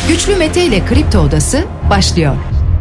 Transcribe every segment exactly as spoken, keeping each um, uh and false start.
Güçlü Mete ile Kripto Odası başlıyor.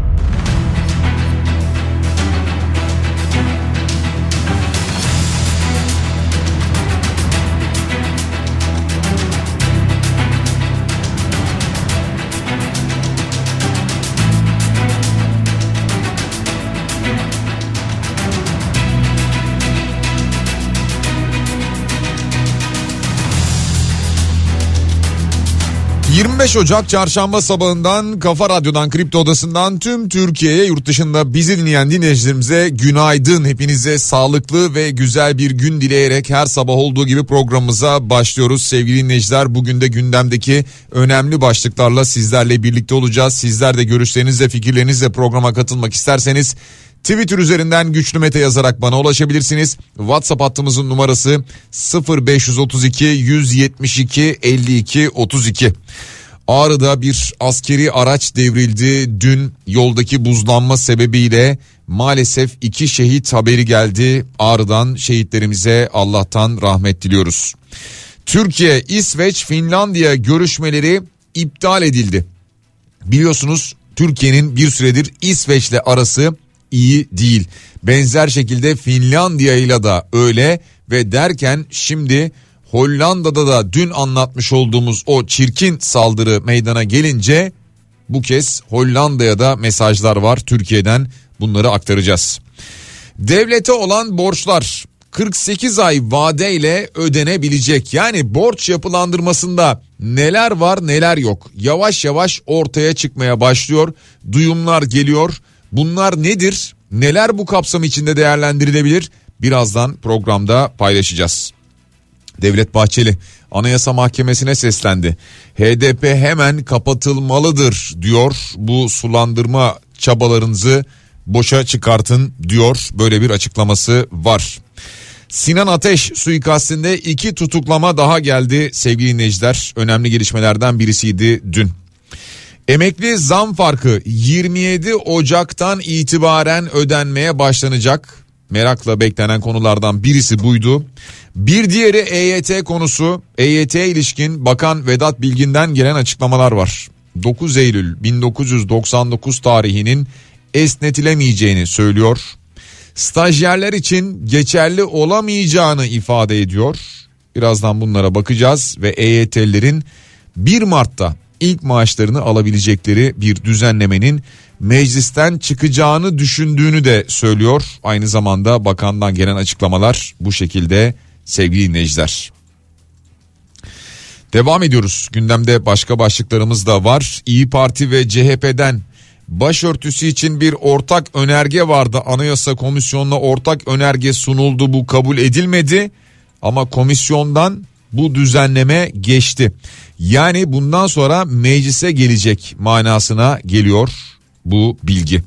yirmi beş Ocak Çarşamba sabahından Kafa Radyo'dan, Kripto Odası'ndan tüm Türkiye'ye, yurt dışında bizi dinleyen dinleyicilerimize günaydın. Hepinize sağlıklı ve güzel bir gün dileyerek her sabah olduğu gibi programımıza başlıyoruz. Sevgili dinleyiciler, bugün de gündemdeki önemli başlıklarla sizlerle birlikte olacağız. Sizler de görüşlerinizle, fikirlerinizle programa katılmak isterseniz Twitter üzerinden Güçlü Mete yazarak bana ulaşabilirsiniz. WhatsApp hattımızın numarası sıfır beş otuz iki yüz yetmiş iki elli iki otuz iki. Ağrı'da bir askeri araç devrildi. Dün yoldaki buzlanma sebebiyle maalesef iki şehit haberi geldi. Ağrı'dan şehitlerimize Allah'tan rahmet diliyoruz. Türkiye, İsveç, Finlandiya görüşmeleri iptal edildi. Biliyorsunuz Türkiye'nin bir süredir İsveç'le arası iyi değil. Benzer şekilde Finlandiya ile de öyle ve derken şimdi Hollanda'da da dün anlatmış olduğumuz o çirkin saldırı meydana gelince bu kez Hollanda'ya da mesajlar var Türkiye'den, bunları aktaracağız. Devlete olan borçlar kırk sekiz ay vadeyle ödenebilecek. Yani borç yapılandırmasında neler var neler yok yavaş yavaş ortaya çıkmaya başlıyor. Duyumlar geliyor. Bunlar nedir? Neler bu kapsam içinde değerlendirilebilir? Birazdan programda paylaşacağız. Devlet Bahçeli Anayasa Mahkemesi'ne seslendi. H D P hemen kapatılmalıdır diyor. Bu sulandırma çabalarınızı boşa çıkartın diyor. Böyle bir açıklaması var. Sinan Ateş suikastinde iki tutuklama daha geldi sevgili dinleyiciler. Önemli gelişmelerden birisiydi dün. Emekli zam farkı yirmi yedi Ocak'tan itibaren ödenmeye başlanacak. Merakla beklenen konulardan birisi buydu. Bir diğeri E Y T konusu. E Y T'ye ilişkin Bakan Vedat Bilgin'den gelen açıklamalar var. dokuz Eylül bin dokuz yüz doksan dokuz tarihinin esnetilemeyeceğini söylüyor. Stajyerler için geçerli olamayacağını ifade ediyor. Birazdan bunlara bakacağız ve E Y T'lilerin bir Mart'ta ilk maaşlarını alabilecekleri bir düzenlemenin meclisten çıkacağını düşündüğünü de söylüyor. Aynı zamanda bakandan gelen açıklamalar bu şekilde sevgili dinleyiciler. Devam ediyoruz. Gündemde başka başlıklarımız da var. İyi Parti ve C H P'den başörtüsü için bir ortak önerge vardı. Anayasa Komisyonu'na ortak önerge sunuldu. Bu kabul edilmedi ama komisyondan bu düzenleme geçti. Yani bundan sonra meclise gelecek manasına geliyor bu bilgi.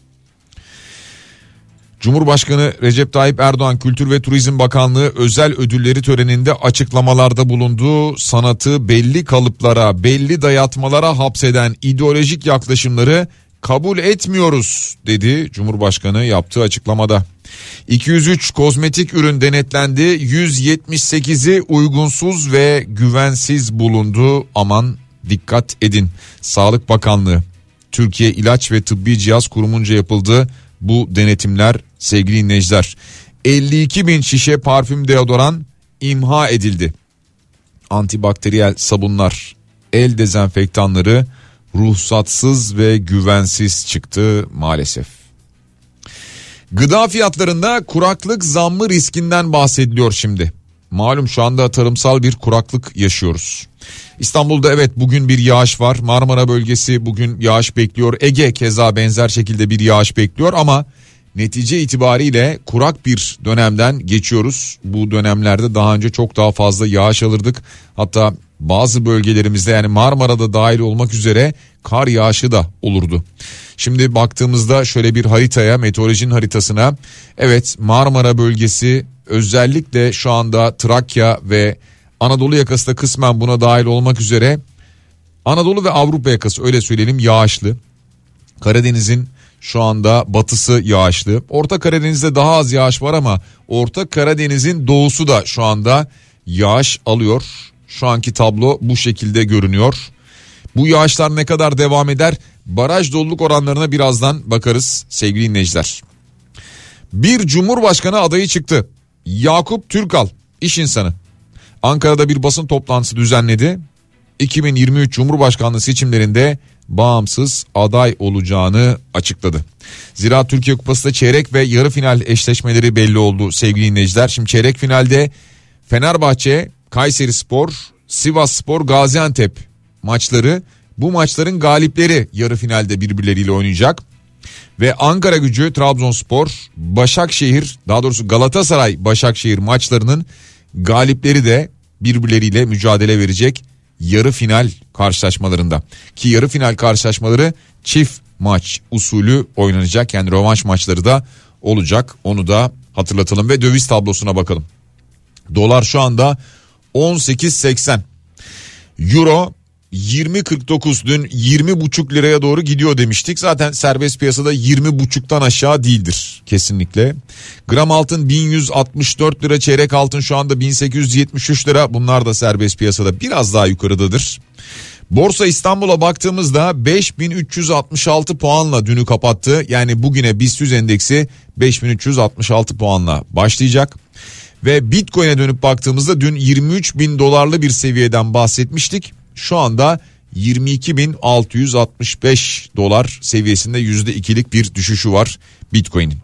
Cumhurbaşkanı Recep Tayyip Erdoğan Kültür ve Turizm Bakanlığı özel ödülleri töreninde açıklamalarda bulundu. Sanatı belli kalıplara, belli dayatmalara hapseden ideolojik yaklaşımları kabul etmiyoruz dedi Cumhurbaşkanı yaptığı açıklamada. iki yüz üç kozmetik ürün denetlendi, yüz yetmiş sekizi uygunsuz ve güvensiz bulundu. Aman dikkat edin. Sağlık Bakanlığı, Türkiye İlaç ve Tıbbi Cihaz Kurumu'nca yapıldı bu denetimler sevgili dinleyiciler. elli iki bin şişe parfüm deodoran imha edildi. Antibakteriyel sabunlar, el dezenfektanları ruhsatsız ve güvensiz çıktı maalesef. Gıda fiyatlarında kuraklık zammı riskinden bahsediliyor şimdi. Malum şu anda tarımsal bir kuraklık yaşıyoruz. İstanbul'da evet bugün bir yağış var. Marmara bölgesi bugün yağış bekliyor. Ege keza benzer şekilde bir yağış bekliyor ama netice itibariyle kurak bir dönemden geçiyoruz. Bu dönemlerde daha önce çok daha fazla yağış alırdık. Hatta bazı bölgelerimizde, yani Marmara'da dahil olmak üzere kar yağışı da olurdu. Şimdi baktığımızda şöyle bir haritaya, meteorolojinin haritasına, evet Marmara bölgesi özellikle şu anda Trakya ve Anadolu yakası da kısmen buna dahil olmak üzere, Anadolu ve Avrupa yakası öyle söyleyelim yağışlı. Karadeniz'in şu anda batısı yağışlı. Orta Karadeniz'de daha az yağış var ama Orta Karadeniz'in doğusu da şu anda yağış alıyor. Şu anki tablo bu şekilde görünüyor. Bu yağışlar ne kadar devam eder? Baraj doluluk oranlarına birazdan bakarız sevgili dinleyiciler. Bir Cumhurbaşkanı adayı çıktı. Yakup Türkal, iş insanı. Ankara'da bir basın toplantısı düzenledi. iki bin yirmi üç Cumhurbaşkanlığı seçimlerinde bağımsız aday olacağını açıkladı. Zira Türkiye Kupası'nda çeyrek ve yarı final eşleşmeleri belli oldu sevgili dinleyiciler. Şimdi çeyrek finalde Fenerbahçe, Kayserispor, Sivasspor, Gaziantep maçları, bu maçların galipleri yarı finalde birbirleriyle oynayacak. Ve Ankaragücü, Trabzonspor, Başakşehir, daha doğrusu Galatasaray, Başakşehir maçlarının galipleri de birbirleriyle mücadele verecek yarı final karşılaşmalarında. Ki yarı final karşılaşmaları çift maç usulü oynanacak, yani rövanş maçları da olacak, onu da hatırlatalım. Ve döviz tablosuna bakalım. Dolar şu anda on sekiz seksen, euro yirmi kırk dokuz, dün yirmi buçuk liraya doğru gidiyor demiştik. Zaten serbest piyasada yirmi buçuktan aşağı değildir kesinlikle. Gram altın bin yüz altmış dört lira, çeyrek altın şu anda bin sekiz yüz yetmiş üç lira. Bunlar da serbest piyasada biraz daha yukarıdadır. Borsa İstanbul'a baktığımızda beş bin üç yüz altmış altı puanla dünü kapattı. Yani bugüne BIST yüz endeksi beş bin üç yüz altmış altı puanla başlayacak. Ve Bitcoin'e dönüp baktığımızda dün yirmi üç bin dolarlı bir seviyeden bahsetmiştik. Şu anda yirmi iki bin altı yüz altmış beş dolar seviyesinde yüzde ikilik bir düşüşü var Bitcoin'in.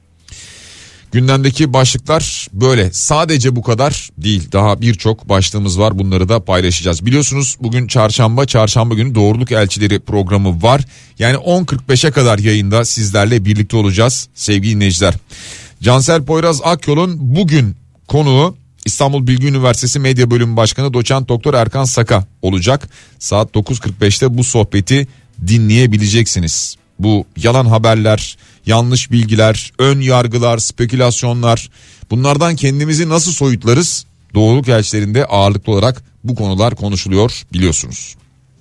Gündemdeki başlıklar böyle, sadece bu kadar değil, daha birçok başlığımız var, bunları da paylaşacağız. Biliyorsunuz bugün çarşamba, çarşamba günü Doğruluk Elçileri programı var. Yani on kırk beşe kadar yayında sizlerle birlikte olacağız sevgili dinleyiciler. Cansel Poyraz Akyol'un bugün konuğu İstanbul Bilgi Üniversitesi Medya Bölümü Başkanı Doçent Doktor Erkan Saka olacak. Saat dokuz kırk beşte bu sohbeti dinleyebileceksiniz. Bu yalan haberler, yanlış bilgiler, ön yargılar, spekülasyonlar, bunlardan kendimizi nasıl soyutlarız? Doğruluk elçilerinde ağırlıklı olarak bu konular konuşuluyor biliyorsunuz.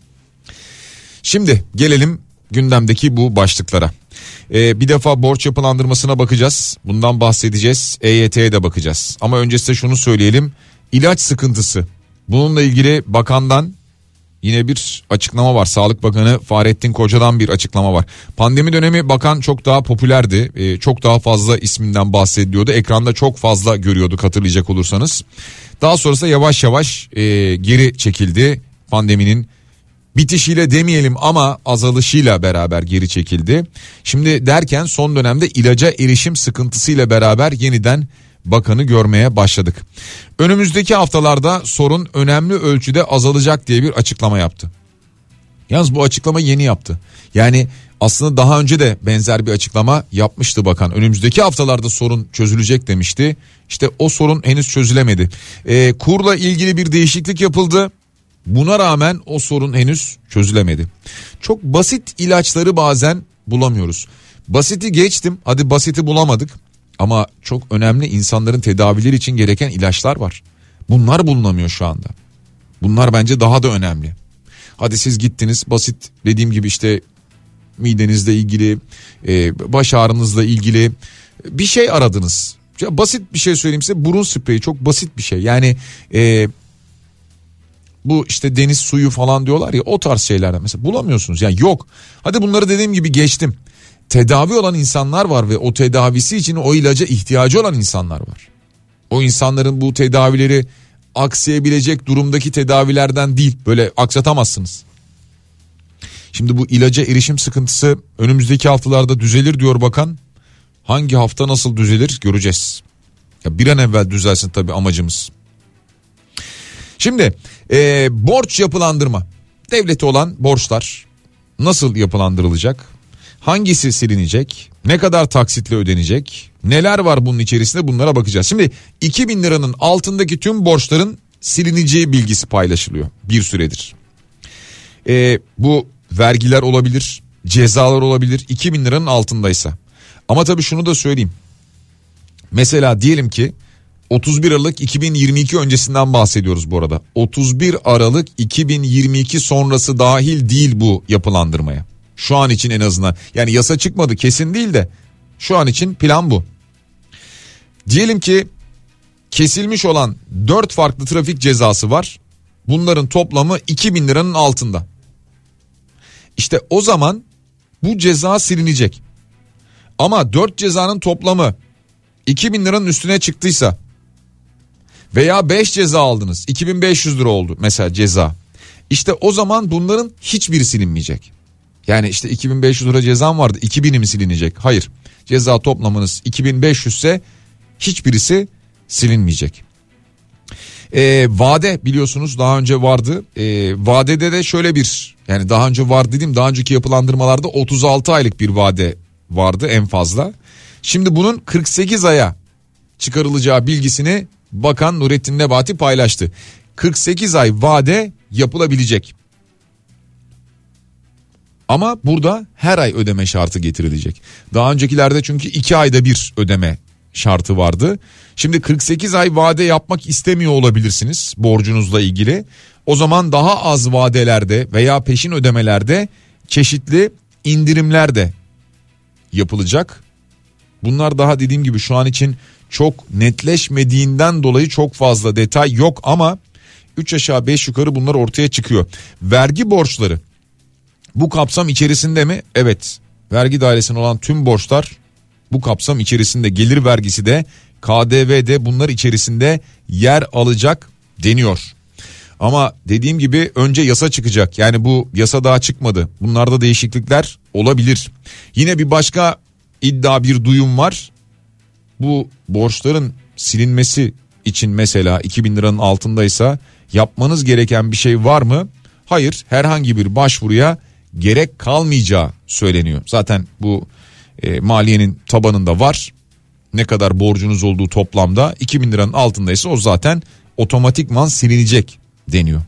Şimdi gelelim gündemdeki bu başlıklara. Ee, bir defa borç yapılandırmasına bakacağız. Bundan bahsedeceğiz. E Y T'ye de bakacağız. Ama öncesinde şunu söyleyelim. İlaç sıkıntısı. Bununla ilgili bakandan yine bir açıklama var. Sağlık Bakanı Fahrettin Koca'dan bir açıklama var. Pandemi dönemi bakan çok daha popülerdi. Ee, çok daha fazla isminden bahsediliyordu. Ekranda çok fazla görüyorduk, hatırlayacak olursanız. Daha sonrasında yavaş yavaş e, geri çekildi. Pandeminin bitişiyle demeyelim ama azalışıyla beraber geri çekildi. Şimdi derken son dönemde ilaca erişim sıkıntısıyla beraber yeniden bakanı görmeye başladık. Önümüzdeki haftalarda sorun önemli ölçüde azalacak diye bir açıklama yaptı. Yalnız bu açıklama yeni yaptı. Yani aslında daha önce de benzer bir açıklama yapmıştı bakan. Önümüzdeki haftalarda sorun çözülecek demişti. İşte o sorun henüz çözülemedi. Ee, kurla ilgili bir değişiklik yapıldı. Buna rağmen o sorun henüz çözülemedi. Çok basit ilaçları bazen bulamıyoruz. Basiti geçtim, hadi basiti bulamadık. Ama çok önemli insanların tedavileri için gereken ilaçlar var. Bunlar bulunamıyor şu anda. Bunlar bence daha da önemli. Hadi siz gittiniz, basit dediğim gibi işte midenizle ilgili, baş ağrınızla ilgili bir şey aradınız. Basit bir şey söyleyeyim size, burun spreyi çok basit bir şey. Yani e, bu işte deniz suyu falan diyorlar ya, o tarz şeylerden mesela bulamıyorsunuz. Yani yok. Hadi bunları dediğim gibi geçtim. Tedavi olan insanlar var ve o tedavisi için o ilaca ihtiyacı olan insanlar var. O insanların bu tedavileri aksayabilecek durumdaki tedavilerden değil, böyle aksatamazsınız. Şimdi bu ilaca erişim sıkıntısı önümüzdeki haftalarda düzelir diyor bakan. Hangi hafta nasıl düzelir göreceğiz. Ya bir an evvel düzelsin tabii amacımız. Şimdi e, borç yapılandırma, devlete olan borçlar nasıl yapılandırılacak? Hangisi silinecek? Ne kadar taksitle ödenecek? Neler var bunun içerisinde, bunlara bakacağız. Şimdi iki bin liranın altındaki tüm borçların silineceği bilgisi paylaşılıyor bir süredir. E, bu vergiler olabilir, cezalar olabilir iki bin liranın altındaysa. Ama tabii şunu da söyleyeyim. Mesela diyelim ki otuz bir Aralık iki bin yirmi iki öncesinden bahsediyoruz bu arada. otuz bir Aralık iki bin yirmi iki sonrası dahil değil bu yapılandırmaya. Şu an için en azından, yani yasa çıkmadı kesin değil de şu an için plan bu. Diyelim ki kesilmiş olan dört farklı trafik cezası var. Bunların toplamı iki bin liranın altında. İşte o zaman bu ceza silinecek. Ama dört cezanın toplamı iki bin liranın üstüne çıktıysa veya beş ceza aldınız, iki bin beş yüz lira oldu mesela ceza. İşte o zaman bunların hiçbiri silinmeyecek. Yani işte iki bin beş yüz lira cezam vardı, iki bini mi silinecek? Hayır. Ceza toplamınız iki bin beş yüz ise hiçbirisi silinmeyecek. Ee, vade biliyorsunuz daha önce vardı. Ee, vadede de şöyle bir, yani daha önce var dedim, daha önceki yapılandırmalarda otuz altı aylık bir vade vardı en fazla. Şimdi bunun kırk sekiz aya çıkarılacağı bilgisini Bakan Nurettin Nebati paylaştı. kırk sekiz ay vade yapılabilecek. Ama burada her ay ödeme şartı getirilecek. Daha öncekilerde çünkü iki ayda bir ödeme şartı vardı. Şimdi kırk sekiz ay vade yapmak istemiyor olabilirsiniz borcunuzla ilgili. O zaman daha az vadelerde veya peşin ödemelerde çeşitli indirimler de yapılacak. Bunlar daha dediğim gibi şu an için çok netleşmediğinden dolayı çok fazla detay yok ama üç aşağı beş yukarı bunlar ortaya çıkıyor. Vergi borçları bu kapsam içerisinde mi? Evet. Vergi dairesine olan tüm borçlar bu kapsam içerisinde, gelir vergisi de K D V de bunlar içerisinde yer alacak deniyor. Ama dediğim gibi önce yasa çıkacak. Yani bu yasa daha çıkmadı. Bunlarda değişiklikler olabilir. Yine bir başka iddia, bir duyum var. Bu borçların silinmesi için mesela iki bin liranın altındaysa yapmanız gereken bir şey var mı? Hayır, herhangi bir başvuruya gerek kalmayacağı söyleniyor. Zaten bu e, maliyenin tabanında var. Ne kadar borcunuz olduğu toplamda iki bin liranın altındaysa o zaten otomatikman silinecek deniyor.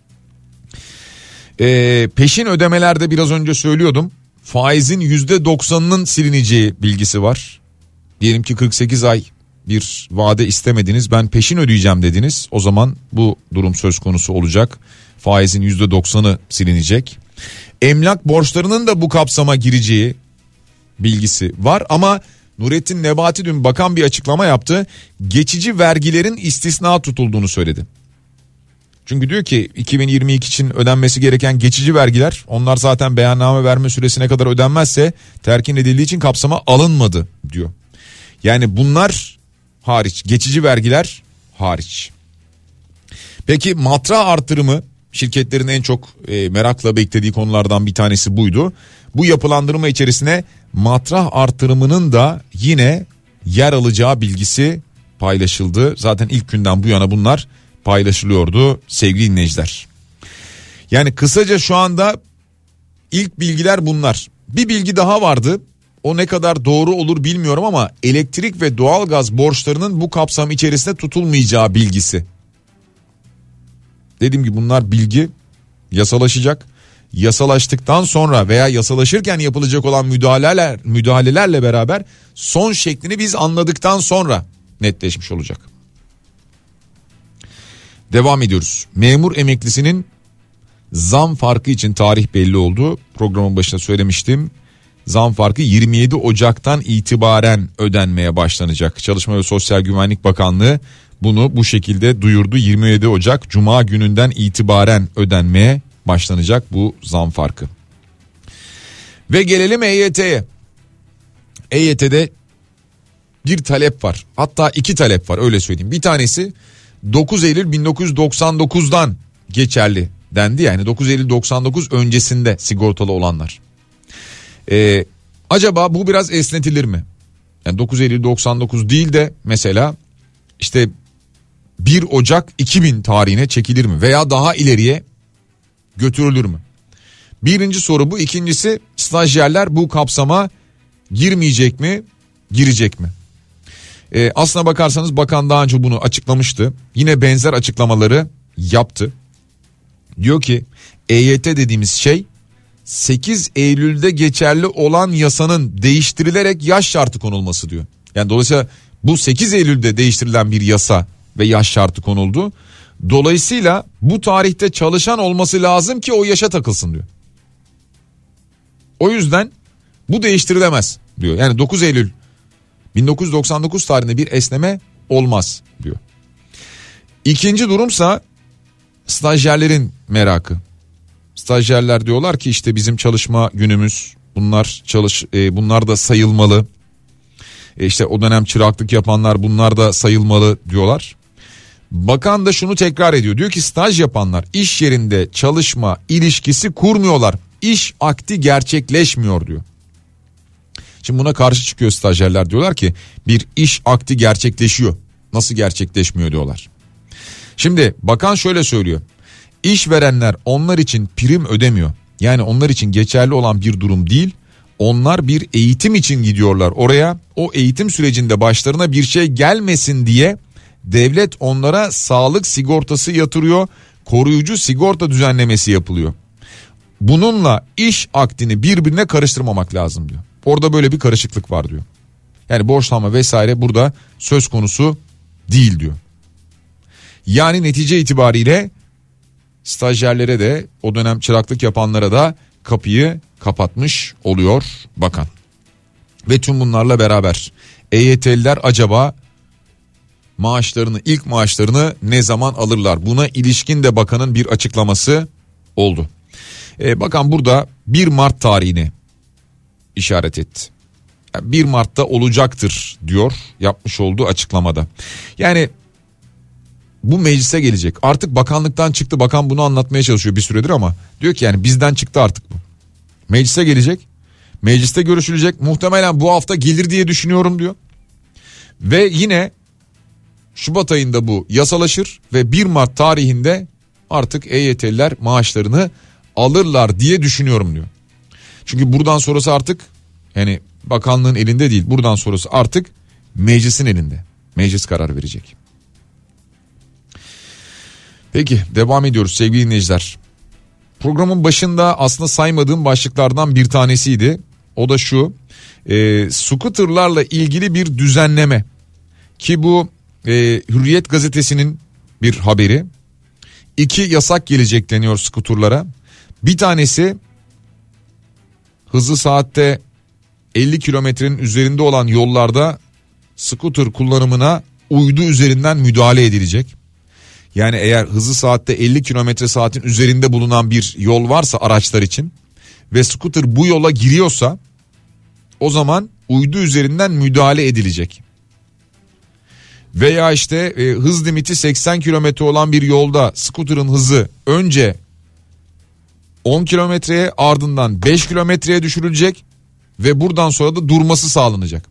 E, peşin ödemelerde biraz önce söylüyordum. Faizin yüzde doksanının silineceği bilgisi var. Diyelim ki kırk sekiz ay bir vade istemediniz, ben peşin ödeyeceğim dediniz. O zaman bu durum söz konusu olacak. Faizin yüzde doksanı silinecek. Emlak borçlarının da bu kapsama gireceği bilgisi var ama Nurettin Nebati dün bakan bir açıklama yaptı. Geçici vergilerin istisna tutulduğunu söyledi. Çünkü diyor ki iki bin yirmi iki için ödenmesi gereken geçici vergiler, onlar zaten beyanname verme süresine kadar ödenmezse terkin edildiği için kapsama alınmadı diyor. Yani bunlar hariç, geçici vergiler hariç. Peki matrah artırımı, şirketlerin en çok e, merakla beklediği konulardan bir tanesi buydu. Bu yapılandırma içerisine matrah artırımının da yine yer alacağı bilgisi paylaşıldı. Zaten ilk günden bu yana bunlar paylaşılıyordu sevgili dinleyiciler. Yani kısaca şu anda ilk bilgiler bunlar. Bir bilgi daha vardı. O ne kadar doğru olur bilmiyorum ama elektrik ve doğalgaz borçlarının bu kapsam içerisinde tutulmayacağı bilgisi. Dediğim gibi bunlar bilgi, yasalaşacak. Yasalaştıktan sonra veya yasalaşırken yapılacak olan müdahaleler, müdahalelerle beraber son şeklini biz anladıktan sonra netleşmiş olacak. Devam ediyoruz. Memur emeklisinin zam farkı için tarih belli oldu. Programın başında söylemiştim. Zam farkı yirmi yedi Ocak'tan itibaren ödenmeye başlanacak. Çalışma ve Sosyal Güvenlik Bakanlığı bunu bu şekilde duyurdu. yirmi yedi Ocak Cuma gününden itibaren ödenmeye başlanacak bu zam farkı. Ve gelelim E Y T'ye. E Y T'de bir talep var. Hatta iki talep var, öyle söyleyeyim. Bir tanesi dokuz Eylül bin dokuz yüz doksan dokuzdan geçerli dendi. Yani dokuz Eylül doksan dokuz öncesinde sigortalı olanlar. Ee, acaba bu biraz esnetilir mi? Yani dokuz Eylül doksan dokuz değil de mesela işte bir Ocak iki bin tarihine çekilir mi? Veya daha ileriye götürülür mü? Birinci soru bu. İkincisi, stajyerler bu kapsama girmeyecek mi, girecek mi? Ee, aslına bakarsanız bakan daha önce bunu açıklamıştı. Yine benzer açıklamaları yaptı. Diyor ki E Y T dediğimiz şey sekiz Eylül'de geçerli olan yasanın değiştirilerek yaş şartı konulması diyor. Yani dolayısıyla bu sekiz Eylül'de değiştirilen bir yasa ve yaş şartı konuldu. Dolayısıyla bu tarihte çalışan olması lazım ki o yaşa takılsın diyor. O yüzden bu değiştirilemez diyor. Yani dokuz Eylül bin dokuz yüz doksan dokuz tarihinde bir esneme olmaz diyor. İkinci durumsa stajyerlerin merakı. Stajyerler diyorlar ki işte bizim çalışma günümüz, bunlar çalış e, bunlar da sayılmalı. E işte o dönem çıraklık yapanlar bunlar da sayılmalı diyorlar. Bakan da şunu tekrar ediyor. Diyor ki staj yapanlar iş yerinde çalışma ilişkisi kurmuyorlar. İş akdi gerçekleşmiyor diyor. Şimdi buna karşı çıkıyor stajyerler, diyorlar ki bir iş akdi gerçekleşiyor. Nasıl gerçekleşmiyor diyorlar. Şimdi bakan şöyle söylüyor. İşverenler onlar için prim ödemiyor. Yani onlar için geçerli olan bir durum değil. Onlar bir eğitim için gidiyorlar oraya. O eğitim sürecinde başlarına bir şey gelmesin diye devlet onlara sağlık sigortası yatırıyor. Koruyucu sigorta düzenlemesi yapılıyor. Bununla iş akdini birbirine karıştırmamak lazım diyor. Orada böyle bir karışıklık var diyor. Yani borçlanma vesaire burada söz konusu değil diyor. Yani netice itibariyle stajyerlere de o dönem çıraklık yapanlara da kapıyı kapatmış oluyor bakan. Ve tüm bunlarla beraber E Y T'liler acaba maaşlarını, ilk maaşlarını ne zaman alırlar? Buna ilişkin de bakanın bir açıklaması oldu. Ee, bakan burada bir Mart tarihini işaret etti. Yani bir Mart'ta olacaktır diyor yapmış olduğu açıklamada. Yani bu meclise gelecek. Artık bakanlıktan çıktı. Bakan bunu anlatmaya çalışıyor bir süredir ama diyor ki yani bizden çıktı artık bu. Meclise gelecek. Mecliste görüşülecek. Muhtemelen bu hafta gelir diye düşünüyorum diyor. Ve yine Şubat ayında bu yasalaşır ve bir Mart tarihinde artık E Y T'liler maaşlarını alırlar diye düşünüyorum diyor. Çünkü buradan sonrası artık yani bakanlığın elinde değil. Buradan sonrası artık meclisin elinde. Meclis karar verecek. Peki devam ediyoruz sevgili dinleyiciler. Programın başında aslında saymadığım başlıklardan bir tanesiydi. O da şu. E, scooterlarla ilgili bir düzenleme. Ki bu e, Hürriyet gazetesinin bir haberi. İki yasak gelecek deniyor scooterlara. Bir tanesi hızı saatte elli kilometrenin üzerinde olan yollarda scooter kullanımına uydu üzerinden müdahale edilecek. Yani eğer hızı saatte elli kilometre saatin üzerinde bulunan bir yol varsa araçlar için ve scooter bu yola giriyorsa o zaman uydu üzerinden müdahale edilecek. Veya işte e, hız limiti seksen kilometre olan bir yolda scooter'ın hızı önce on kilometreye ardından beş kilometreye düşürülecek ve buradan sonra da durması sağlanacak.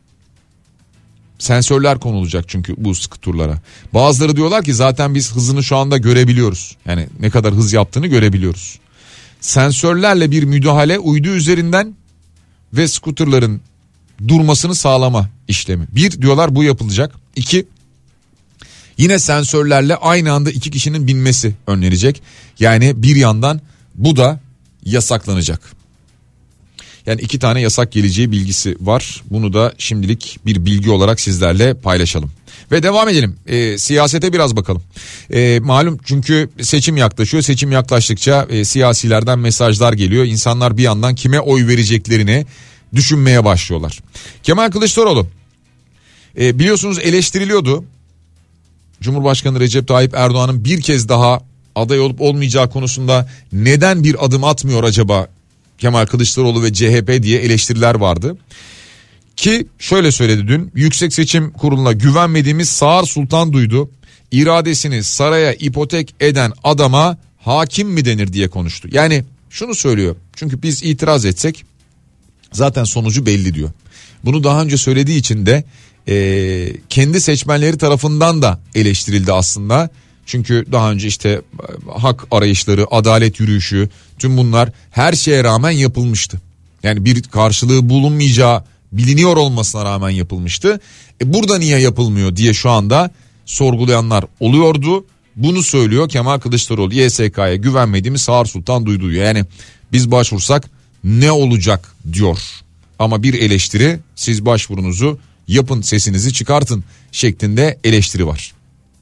Sensörler konulacak çünkü bu scooter'lara. Bazıları diyorlar ki zaten biz hızını şu anda görebiliyoruz. Yani ne kadar hız yaptığını görebiliyoruz. Sensörlerle bir müdahale uydu üzerinden ve scooter'ların durmasını sağlama işlemi. Bir diyorlar bu yapılacak. İki yine sensörlerle aynı anda iki kişinin binmesi önlenecek. Yani bir yandan bu da yasaklanacak. Yani iki tane yasak geleceği bilgisi var. Bunu da şimdilik bir bilgi olarak sizlerle paylaşalım. Ve devam edelim. E, siyasete biraz bakalım. E, malum çünkü seçim yaklaşıyor. Seçim yaklaştıkça e, siyasilerden mesajlar geliyor. İnsanlar bir yandan kime oy vereceklerini düşünmeye başlıyorlar. Kemal Kılıçdaroğlu e, biliyorsunuz eleştiriliyordu. Cumhurbaşkanı Recep Tayyip Erdoğan'ın bir kez daha aday olup olmayacağı konusunda neden bir adım atmıyor acaba Kemal Kılıçdaroğlu ve C H P diye eleştiriler vardı. Ki şöyle söyledi dün, Yüksek Seçim Kurulu'na güvenmediğimiz Sağır Sultan duydu. İradesini saraya ipotek eden adama hakim mi denir diye konuştu. Yani şunu söylüyor, çünkü biz itiraz etsek zaten sonucu belli diyor. Bunu daha önce söylediği için de e, kendi seçmenleri tarafından da eleştirildi aslında. Çünkü daha önce işte hak arayışları, adalet yürüyüşü, tüm bunlar her şeye rağmen yapılmıştı. Yani bir karşılığı bulunmayacağı biliniyor olmasına rağmen yapılmıştı. E burada niye yapılmıyor diye şu anda sorgulayanlar oluyordu. Bunu söylüyor Kemal Kılıçdaroğlu. Y S K'ya güvenmediğimi Sağır Sultan duydu. Yani biz başvursak ne olacak diyor. Ama bir eleştiri, siz başvurunuzu yapın, sesinizi çıkartın şeklinde eleştiri var.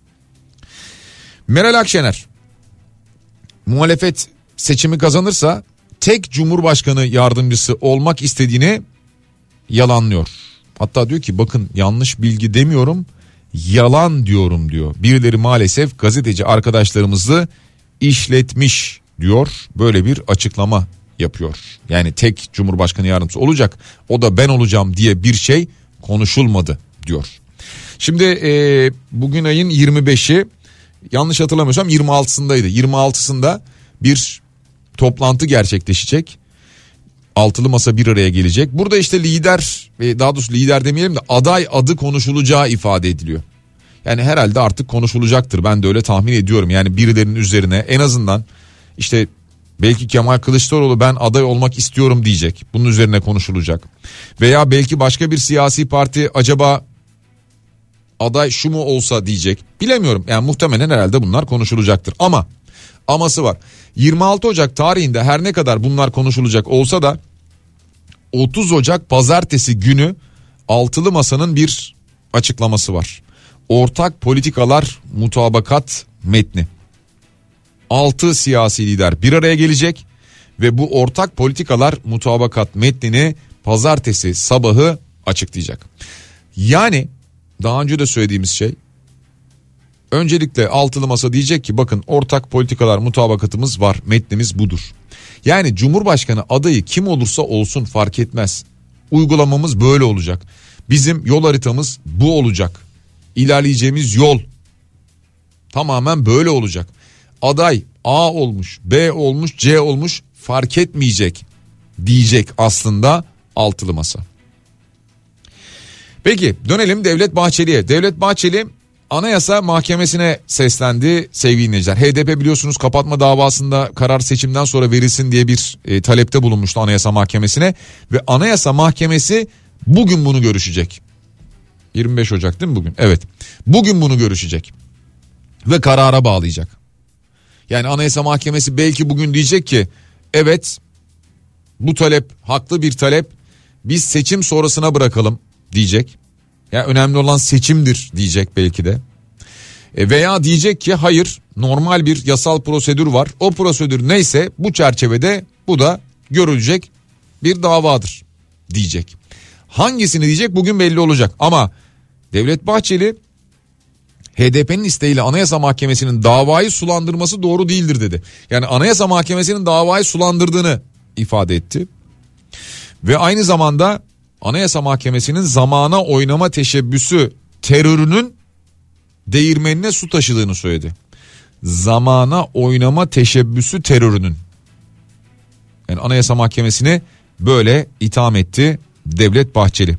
Meral Akşener muhalefet seçimi kazanırsa tek cumhurbaşkanı yardımcısı olmak istediğini yalanlıyor. Hatta diyor ki bakın yanlış bilgi demiyorum, yalan diyorum diyor. Birileri maalesef gazeteci arkadaşlarımızı işletmiş diyor, böyle bir açıklama yapıyor. Yani tek Cumhurbaşkanı yardımcısı olacak, o da ben olacağım diye bir şey konuşulmadı diyor. Şimdi e, bugün ayın yirmi beşi, yanlış hatırlamıyorsam yirmi altısındaydı. yirmi altısında bir toplantı gerçekleşecek. Altılı masa bir araya gelecek. Burada işte lider, daha doğrusu lider demeyelim de aday adı konuşulacağı ifade ediliyor. Yani herhalde artık konuşulacaktır, ben de öyle tahmin ediyorum. Yani birilerinin üzerine en azından işte belki Kemal Kılıçdaroğlu ben aday olmak istiyorum diyecek. Bunun üzerine konuşulacak. Veya belki başka bir siyasi parti acaba aday şu mu olsa diyecek. Bilemiyorum, yani muhtemelen herhalde bunlar konuşulacaktır. Ama aması var. yirmi altı Ocak tarihinde her ne kadar bunlar konuşulacak olsa da otuz Ocak pazartesi günü altılı masanın bir açıklaması var. Ortak politikalar mutabakat metni. altı siyasi lider bir araya gelecek ve bu ortak politikalar mutabakat metnini pazartesi sabahı açıklayacak. Yani daha önce de söylediğimiz şey, öncelikle altılı masa diyecek ki bakın ortak politikalar mutabakatımız var, metnimiz budur. Yani Cumhurbaşkanı adayı kim olursa olsun fark etmez. Uygulamamız böyle olacak. Bizim yol haritamız bu olacak. İlerleyeceğimiz yol tamamen böyle olacak. Aday A olmuş, B olmuş, C olmuş fark etmeyecek diyecek aslında altılı masa. Peki dönelim Devlet Bahçeli'ye. Devlet Bahçeli Anayasa Mahkemesi'ne seslendi sevgili dinleyiciler. H D P biliyorsunuz kapatma davasında karar seçimden sonra verilsin diye bir e, talepte bulunmuştu Anayasa Mahkemesi'ne. Ve Anayasa Mahkemesi bugün bunu görüşecek. yirmi beş Ocak değil mi bugün? Evet. Bugün bunu görüşecek. Ve karara bağlayacak. Yani Anayasa Mahkemesi belki bugün diyecek ki evet bu talep haklı bir talep, biz seçim sonrasına bırakalım diyecek. Ya önemli olan seçimdir diyecek belki de. E veya diyecek ki hayır, normal bir yasal prosedür var. O prosedür neyse bu çerçevede bu da görülecek bir davadır diyecek. Hangisini diyecek bugün belli olacak. Ama Devlet Bahçeli H D P'nin isteğiyle Anayasa Mahkemesi'nin davayı sulandırması doğru değildir dedi. Yani Anayasa Mahkemesi'nin davayı sulandırdığını ifade etti. Ve aynı zamanda Anayasa Mahkemesi'nin zamana oynama teşebbüsü terörünün değirmenine su taşıdığını söyledi. Zamana oynama teşebbüsü terörünün. Yani Anayasa Mahkemesi'ni böyle itham etti Devlet Bahçeli.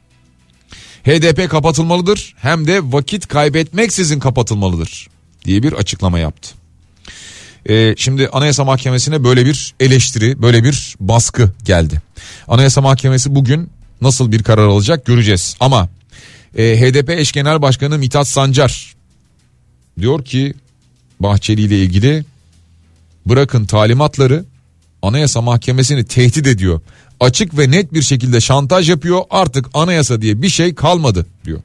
H D P kapatılmalıdır, hem de vakit kaybetmeksizin kapatılmalıdır diye bir açıklama yaptı. Ee, şimdi Anayasa Mahkemesi'ne böyle bir eleştiri, böyle bir baskı geldi. Anayasa Mahkemesi bugün nasıl bir karar alacak göreceğiz. Ama e, H D P eş genel başkanı Mithat Sancar diyor ki Bahçeli ile ilgili, bırakın talimatları, Anayasa Mahkemesi'ni tehdit ediyor. Açık ve net bir şekilde şantaj yapıyor, artık anayasa diye bir şey kalmadı diyor.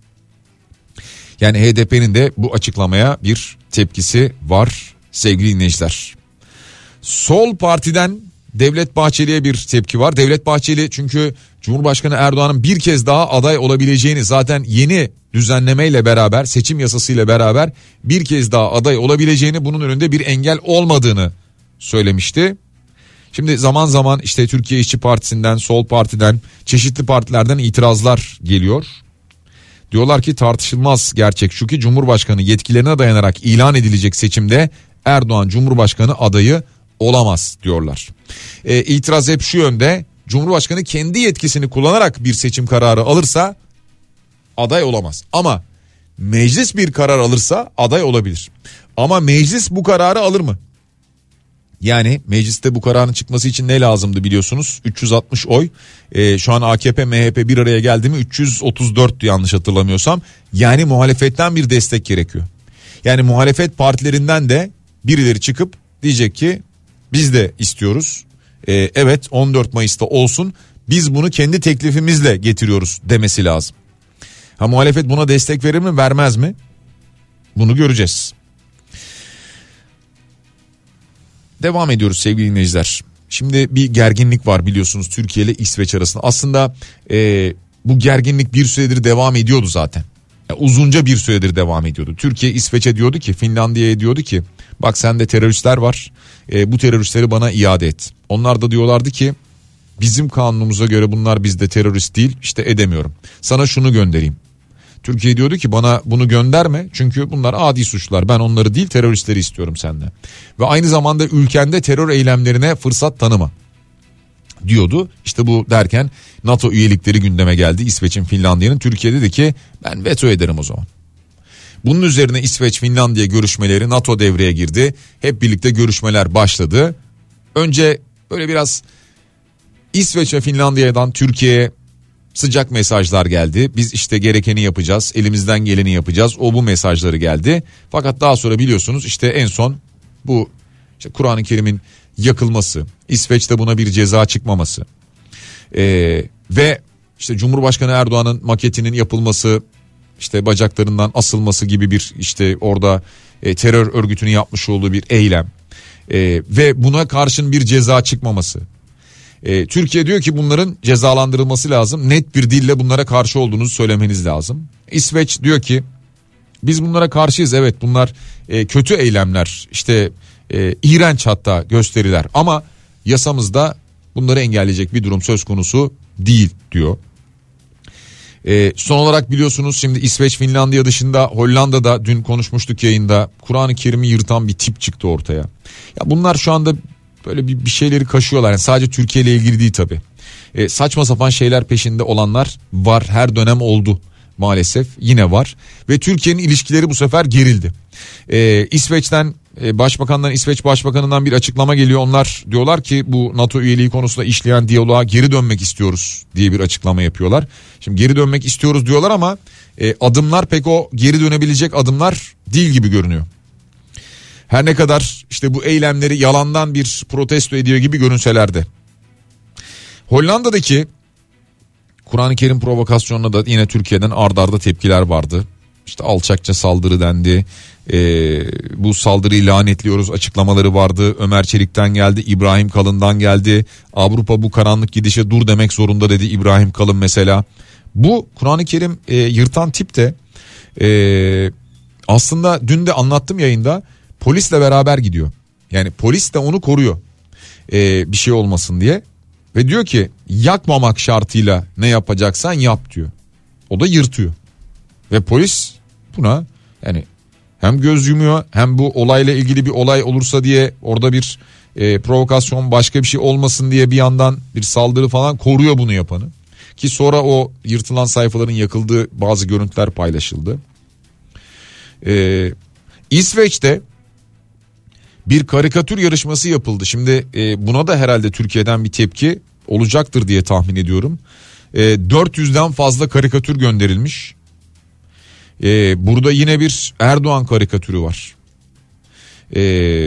Yani H D P'nin de bu açıklamaya bir tepkisi var sevgili dinleyiciler. Sol Parti'den Devlet Bahçeli'ye bir tepki var. Devlet Bahçeli çünkü Cumhurbaşkanı Erdoğan'ın bir kez daha aday olabileceğini, zaten yeni düzenlemeyle beraber, seçim yasasıyla beraber bir kez daha aday olabileceğini, bunun önünde bir engel olmadığını söylemişti. Şimdi zaman zaman işte Türkiye İşçi Partisi'nden, Sol Parti'den, çeşitli partilerden itirazlar geliyor. Diyorlar ki tartışılmaz gerçek şu ki Cumhurbaşkanı yetkilerine dayanarak ilan edilecek seçimde Erdoğan Cumhurbaşkanı adayı olamaz diyorlar. E, itiraz hep şu yönde: Cumhurbaşkanı kendi yetkisini kullanarak bir seçim kararı alırsa aday olamaz. Ama meclis bir karar alırsa aday olabilir. Ama meclis bu kararı alır mı? Yani mecliste bu kararın çıkması için ne lazımdı biliyorsunuz? üç yüz altmış oy. Ee, şu an A K P M H P bir araya geldi mi üç yüz otuz dörttü yanlış hatırlamıyorsam. Yani muhalefetten bir destek gerekiyor. Yani muhalefet partilerinden de birileri çıkıp diyecek ki biz de istiyoruz. Ee, evet on dört Mayıs'ta olsun, biz bunu kendi teklifimizle getiriyoruz demesi lazım. Ha, muhalefet buna destek verir mi vermez mi? Bunu göreceğiz. Devam ediyoruz sevgili dinleyiciler. Şimdi bir gerginlik var biliyorsunuz Türkiye ile İsveç arasında. Aslında e, bu gerginlik bir süredir devam ediyordu zaten. Yani uzunca bir süredir devam ediyordu. Türkiye İsveç'e diyordu ki, Finlandiya'ya diyordu ki bak sende teröristler var, e, bu teröristleri bana iade et. Onlar da diyorlardı ki bizim kanunumuza göre bunlar bizde terörist değil, işte edemiyorum. Sana şunu göndereyim. Türkiye diyordu ki bana bunu gönderme çünkü bunlar adi suçlular, ben onları değil teröristleri istiyorum senden. Ve aynı zamanda ülkende terör eylemlerine fırsat tanıma diyordu. İşte bu derken NATO üyelikleri gündeme geldi, İsveç'in, Finlandiya'nın. Türkiye dedi ki ben veto ederim o zaman. Bunun üzerine İsveç Finlandiya görüşmeleri, NATO devreye girdi. Hep birlikte görüşmeler başladı. Önce böyle biraz İsveç ve Finlandiya'dan Türkiye'ye sıcak mesajlar geldi. Biz işte gerekeni yapacağız, elimizden geleni yapacağız. O bu mesajları geldi. Fakat daha sonra biliyorsunuz işte en son bu işte Kur'an-ı Kerim'in yakılması, İsveç'te buna bir ceza çıkmaması ee, ve işte Cumhurbaşkanı Erdoğan'ın maketinin yapılması, işte bacaklarından asılması gibi bir işte orada e, terör örgütünün yapmış olduğu bir eylem e, ve buna karşın bir ceza çıkmaması. E, Türkiye diyor ki bunların cezalandırılması lazım. Net bir dille bunlara karşı olduğunuzu söylemeniz lazım. İsveç diyor ki biz bunlara karşıyız, evet bunlar e, kötü eylemler, işte e, iğrenç hatta gösteriler ama yasamızda bunları engelleyecek bir durum söz konusu değil diyor. E, son olarak biliyorsunuz şimdi İsveç, Finlandiya dışında Hollanda'da dün konuşmuştuk yayında, Kur'an-ı Kerim'i yırtan bir tip çıktı ortaya. Ya bunlar şu anda böyle bir, bir şeyleri kaşıyorlar. Yani sadece Türkiye ile ilgili değil tabii. E, saçma sapan şeyler peşinde olanlar var, her dönem oldu maalesef, yine var. Ve Türkiye'nin ilişkileri bu sefer gerildi. E, İsveç'ten e, Başbakandan, İsveç Başbakanından bir açıklama geliyor. Onlar diyorlar ki bu NATO üyeliği konusunda işleyen diyaloğa geri dönmek istiyoruz diye bir açıklama yapıyorlar. Şimdi geri dönmek istiyoruz diyorlar ama e, adımlar pek o geri dönebilecek adımlar değil gibi görünüyor. Her ne kadar işte bu eylemleri yalandan bir protesto ediyor gibi görünseler de. Hollanda'daki Kur'an-ı Kerim provokasyonuna da yine Türkiye'den ard arda tepkiler vardı. İşte alçakça saldırı dendi. Ee, bu saldırıyı lanetliyoruz açıklamaları vardı. Ömer Çelik'ten geldi, İbrahim Kalın'dan geldi. Avrupa bu karanlık gidişe dur demek zorunda dedi İbrahim Kalın mesela. Bu Kur'an-ı Kerim e, yırtan tip de e, aslında dün de anlattım yayında, polisle beraber gidiyor. Yani polis de onu koruyor ee, bir şey olmasın diye. Ve diyor ki yakmamak şartıyla ne yapacaksan yap diyor. O da yırtıyor. Ve polis buna yani hem göz yumuyor, hem bu olayla ilgili bir olay olursa diye orada bir e, provokasyon, başka bir şey olmasın diye bir yandan bir saldırı falan koruyor bunu yapanı. Ki sonra o yırtılan sayfaların yakıldığı bazı görüntüler paylaşıldı. Ee, İsveç'te bir karikatür yarışması yapıldı. Şimdi e, buna da herhalde Türkiye'den bir tepki olacaktır diye tahmin ediyorum. E, dört yüzden fazla karikatür gönderilmiş. E, burada yine bir Erdoğan karikatürü var. E,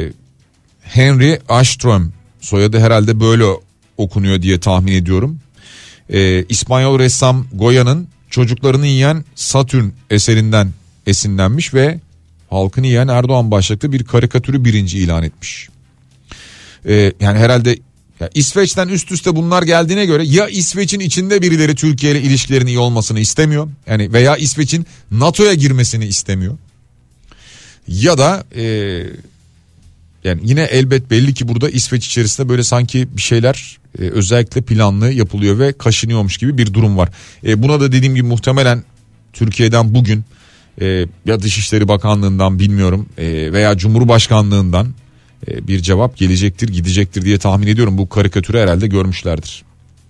Henry Ashström, soyadı herhalde böyle okunuyor diye tahmin ediyorum. E, İspanyol ressam Goya'nın çocuklarını yiyen Satürn eserinden esinlenmiş ve halkını yiyen Erdoğan başlıklı bir karikatürü birinci ilan etmiş. Ee, yani herhalde ya İsveç'ten üst üste bunlar geldiğine göre ya İsveç'in içinde birileri Türkiye ile ilişkilerin iyi olmasını istemiyor. Yani veya İsveç'in NATO'ya girmesini istemiyor. Ya da e, yani yine elbet belli ki burada İsveç içerisinde böyle sanki bir şeyler e, özellikle planlı yapılıyor ve kaşınıyormuş gibi bir durum var. E, buna da dediğim gibi muhtemelen Türkiye'den bugün e, ya Dışişleri Bakanlığı'ndan bilmiyorum e, veya Cumhurbaşkanlığı'ndan e, bir cevap gelecektir, gidecektir diye tahmin ediyorum. Bu karikatürü herhalde görmüşlerdir.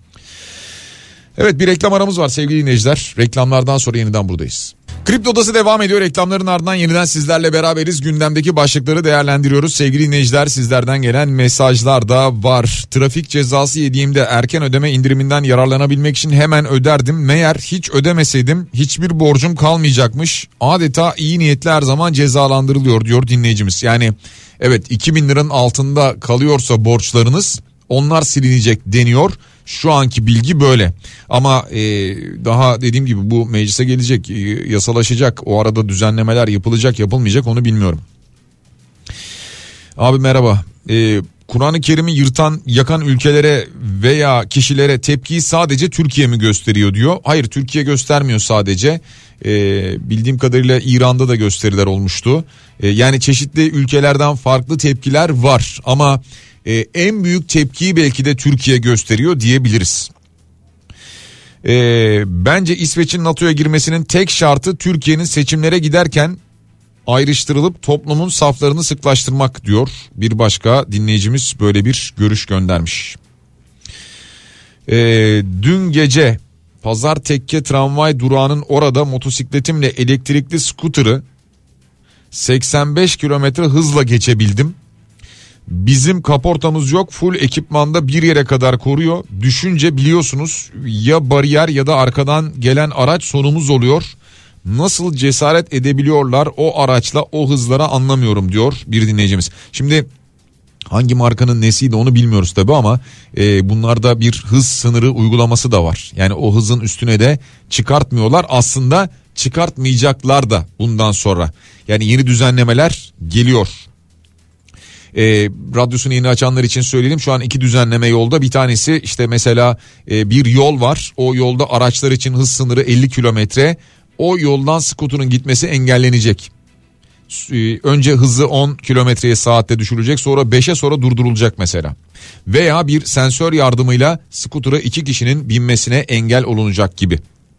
Evet, bir reklam aramız var sevgili dinleyiciler. Reklamlardan sonra yeniden buradayız. Kripto Odası devam ediyor. Reklamların ardından yeniden sizlerle beraberiz. Gündemdeki başlıkları değerlendiriyoruz. Sevgili dinleyiciler, sizlerden gelen mesajlar da var. Trafik cezası yediğimde erken ödeme indiriminden yararlanabilmek için hemen öderdim. Meğer hiç ödemeseydim hiçbir borcum kalmayacakmış. Adeta iyi niyetli her zaman cezalandırılıyor diyor dinleyicimiz. Yani evet, iki bin liranın altında kalıyorsa borçlarınız, onlar silinecek deniyor. Şu anki bilgi böyle ama e, daha dediğim gibi bu meclise gelecek, e, yasalaşacak, o arada düzenlemeler yapılacak yapılmayacak onu bilmiyorum. Abi merhaba, e, Kur'an-ı Kerim'i yırtan yakan ülkelere veya kişilere tepkiyi sadece Türkiye mi gösteriyor diyor. Hayır, Türkiye göstermiyor sadece. Ee, bildiğim kadarıyla İran'da da gösteriler olmuştu. Ee, yani çeşitli ülkelerden farklı tepkiler var ama e, en büyük tepkiyi belki de Türkiye gösteriyor diyebiliriz. Ee, bence İsveç'in NATO'ya girmesinin tek şartı Türkiye'nin seçimlere giderken ayrıştırılıp toplumun saflarını sıklaştırmak diyor. Bir başka dinleyicimiz böyle bir görüş göndermiş. Ee, dün gece Pazar Tekke tramvay durağının orada motosikletimle elektrikli scooter'ı seksen beş kilometre hızla geçebildim. Bizim kaportamız yok, full ekipmanda bir yere kadar koruyor. Düşünce biliyorsunuz ya bariyer ya da arkadan gelen araç sonumuz oluyor. Nasıl cesaret edebiliyorlar o araçla o hızlara anlamıyorum diyor bir dinleyicimiz. Şimdi hangi markanın nesiydi onu bilmiyoruz tabii ama e, bunlarda bir hız sınırı uygulaması da var. Yani o hızın üstüne de çıkartmıyorlar, aslında çıkartmayacaklar da bundan sonra. Yani yeni düzenlemeler geliyor. E, radyosunu yeni açanlar için söyleyelim, şu an iki düzenleme yolda. Bir tanesi işte mesela e, bir yol var, o yolda araçlar için hız sınırı elli kilometre, o yoldan skuterın gitmesi engellenecek. Önce hızı on kilometreye saatte düşürülecek, sonra beşe, sonra durdurulacak mesela. Veya bir sensör yardımıyla skutura iki kişinin binmesine engel olunacak gibi.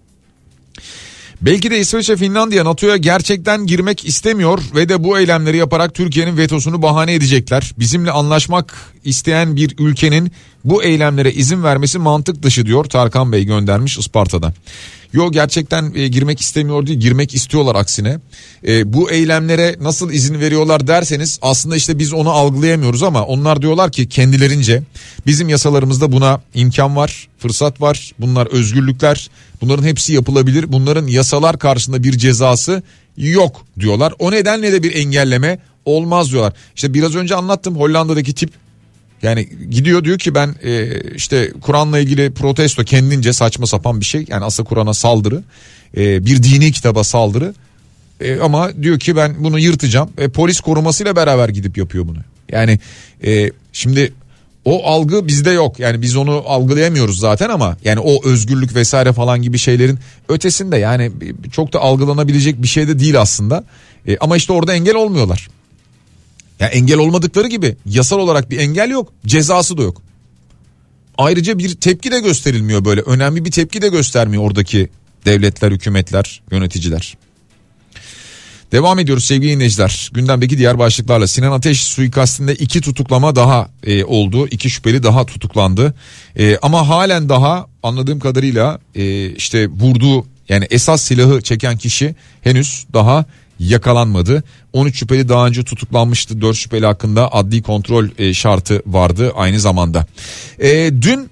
Belki de İsveç ve Finlandiya NATO'ya gerçekten girmek istemiyor ve de bu eylemleri yaparak Türkiye'nin vetosunu bahane edecekler. Bizimle anlaşmak isteyen bir ülkenin bu eylemlere izin vermesi mantık dışı diyor Tarkan Bey, göndermiş Isparta'dan. Yo, gerçekten e, girmek istemiyor değil, girmek istiyorlar aksine. E, bu eylemlere nasıl izin veriyorlar derseniz aslında işte biz onu algılayamıyoruz ama onlar diyorlar ki kendilerince bizim yasalarımızda buna imkan var, fırsat var, bunlar özgürlükler, bunların hepsi yapılabilir, bunların yasalar karşısında bir cezası yok diyorlar. O nedenle de bir engelleme olmaz diyorlar. İşte biraz önce anlattım, Hollanda'daki tip yani gidiyor diyor ki ben e, işte Kur'an'la ilgili protesto, kendince saçma sapan bir şey. Yani aslında Kur'an'a saldırı, e, bir dini kitaba saldırı e, ama diyor ki ben bunu yırtacağım. E, polis korumasıyla beraber gidip yapıyor bunu. Yani e, şimdi o algı bizde yok. Yani biz onu algılayamıyoruz zaten ama yani o özgürlük vesaire falan gibi şeylerin ötesinde yani çok da algılanabilecek bir şey de değil aslında. E, ama işte orada engel olmuyorlar. Ya engel olmadıkları gibi yasal olarak bir engel yok, cezası da yok. Ayrıca bir tepki de gösterilmiyor, böyle önemli bir tepki de göstermiyor oradaki devletler, hükümetler, yöneticiler. Devam ediyoruz sevgili dinleyiciler. Gündemdeki diğer başlıklarla Sinan Ateş suikastinde iki tutuklama daha e, oldu. İki şüpheli daha tutuklandı. E, ama halen daha anladığım kadarıyla e, işte vurduğu, yani esas silahı çeken kişi henüz daha yakalanmadı. on üç şüpheli daha önce tutuklanmıştı. dört şüpheli hakkında adli kontrol e, şartı vardı aynı zamanda. E, dün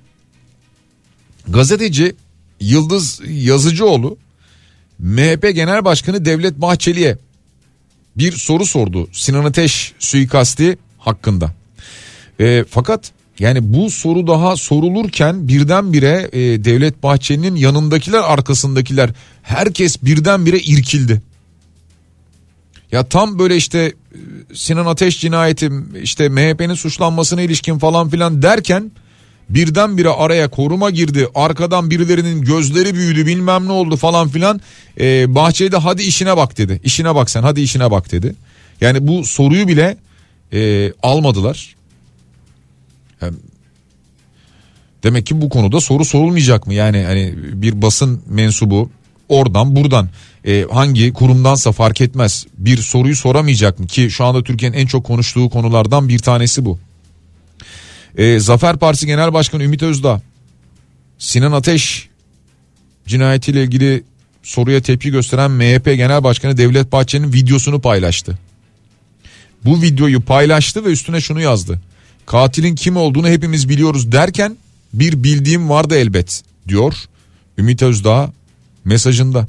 gazeteci Yıldız Yazıcıoğlu M H P Genel Başkanı Devlet Bahçeli'ye bir soru sordu Sinan Ateş suikasti hakkında. E, fakat yani bu soru daha sorulurken birdenbire e, Devlet Bahçeli'nin yanındakiler, arkasındakiler, herkes birdenbire irkildi. Ya tam böyle işte Sinan Ateş cinayeti, işte M H P'nin suçlanmasına ilişkin falan filan derken birdenbire araya koruma girdi. Arkadan birilerinin gözleri büyüdü, bilmem ne oldu falan filan. Ee, Bahçeli de hadi işine bak dedi. İşine bak sen, hadi işine bak dedi. Yani bu soruyu bile e, almadılar. Yani, demek ki bu konuda soru sorulmayacak mı? Yani hani bir basın mensubu oradan buradan e, hangi kurumdansa fark etmez, bir soruyu soramayacak mı ki şu anda Türkiye'nin en çok konuştuğu konulardan bir tanesi bu. E, Zafer Partisi Genel Başkanı Ümit Özdağ Sinan Ateş cinayetiyle ilgili soruya tepki gösteren M H P Genel Başkanı Devlet Bahçeli'nin videosunu paylaştı. Bu videoyu paylaştı ve üstüne şunu yazdı: katilin kim olduğunu hepimiz biliyoruz derken bir bildiğim vardı elbet diyor Ümit Özdağ mesajında.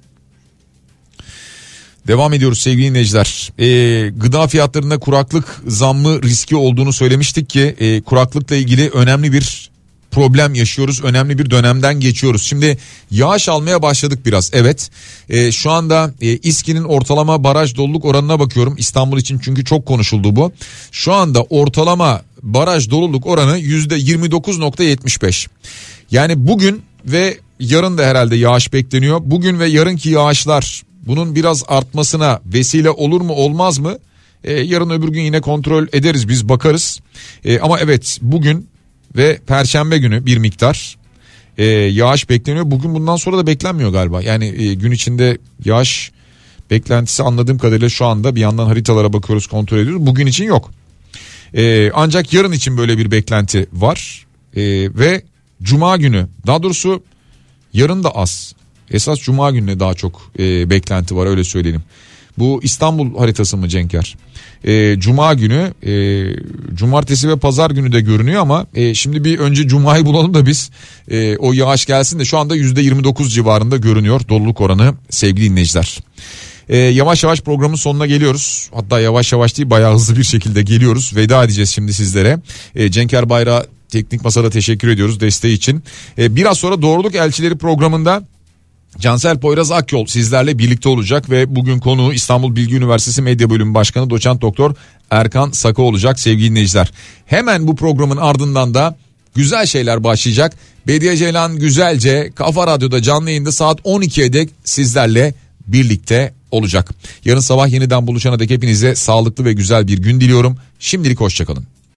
Devam ediyoruz sevgili dinleyiciler. Ee, gıda fiyatlarında kuraklık zammı riski olduğunu söylemiştik ki e, kuraklıkla ilgili önemli bir problem yaşıyoruz. Önemli bir dönemden geçiyoruz. Şimdi yağış almaya başladık biraz. Evet e, şu anda e, İSKİ'nin ortalama baraj doluluk oranına bakıyorum İstanbul için, çünkü çok konuşuldu bu. Şu anda ortalama baraj doluluk oranı yüzde yirmi dokuz nokta yetmiş beş. Yani bugün ve yarın da herhalde yağış bekleniyor. Bugün ve yarınki yağışlar bunun biraz artmasına vesile olur mu olmaz mı? Ee, yarın öbür gün yine kontrol ederiz, biz bakarız. Ee, ama evet, bugün ve Perşembe günü bir miktar e, yağış bekleniyor. Bugün bundan sonra da beklenmiyor galiba. Yani e, gün içinde yağış beklentisi anladığım kadarıyla şu anda bir yandan haritalara bakıyoruz, kontrol ediyoruz. Bugün için yok. Ee, ancak yarın için böyle bir beklenti var. Ee, ve Cuma günü, daha doğrusu yarın da az. Esas Cuma gününe daha çok e, beklenti var, öyle söyleyelim. Bu İstanbul haritası mı Cenker? E, Cuma günü, e, cumartesi ve pazar günü de görünüyor ama e, şimdi bir önce Cuma'yı bulalım da biz e, o yağış gelsin de şu anda yüzde yirmi dokuz civarında görünüyor doluluk oranı sevgili dinleyiciler. E, yavaş yavaş programın sonuna geliyoruz. Hatta yavaş yavaş değil, bayağı hızlı bir şekilde geliyoruz. Veda edeceğiz şimdi sizlere. E, Cenker Bayrak'a teknik masada teşekkür ediyoruz desteği için. E, biraz sonra Doğruluk Elçileri programında Cansel Poyraz Akyol sizlerle birlikte olacak ve bugün konuğu İstanbul Bilgi Üniversitesi Medya Bölümü Başkanı Doçent Doktor Erkan Saka olacak sevgili dinleyiciler. Hemen bu programın ardından da güzel şeyler başlayacak. Bediye Ceylan Güzelce Kafa Radyo'da canlı yayında saat on ikiye dek sizlerle birlikte olacak. Yarın sabah yeniden buluşana dek hepinize sağlıklı ve güzel bir gün diliyorum. Şimdilik hoşçakalın.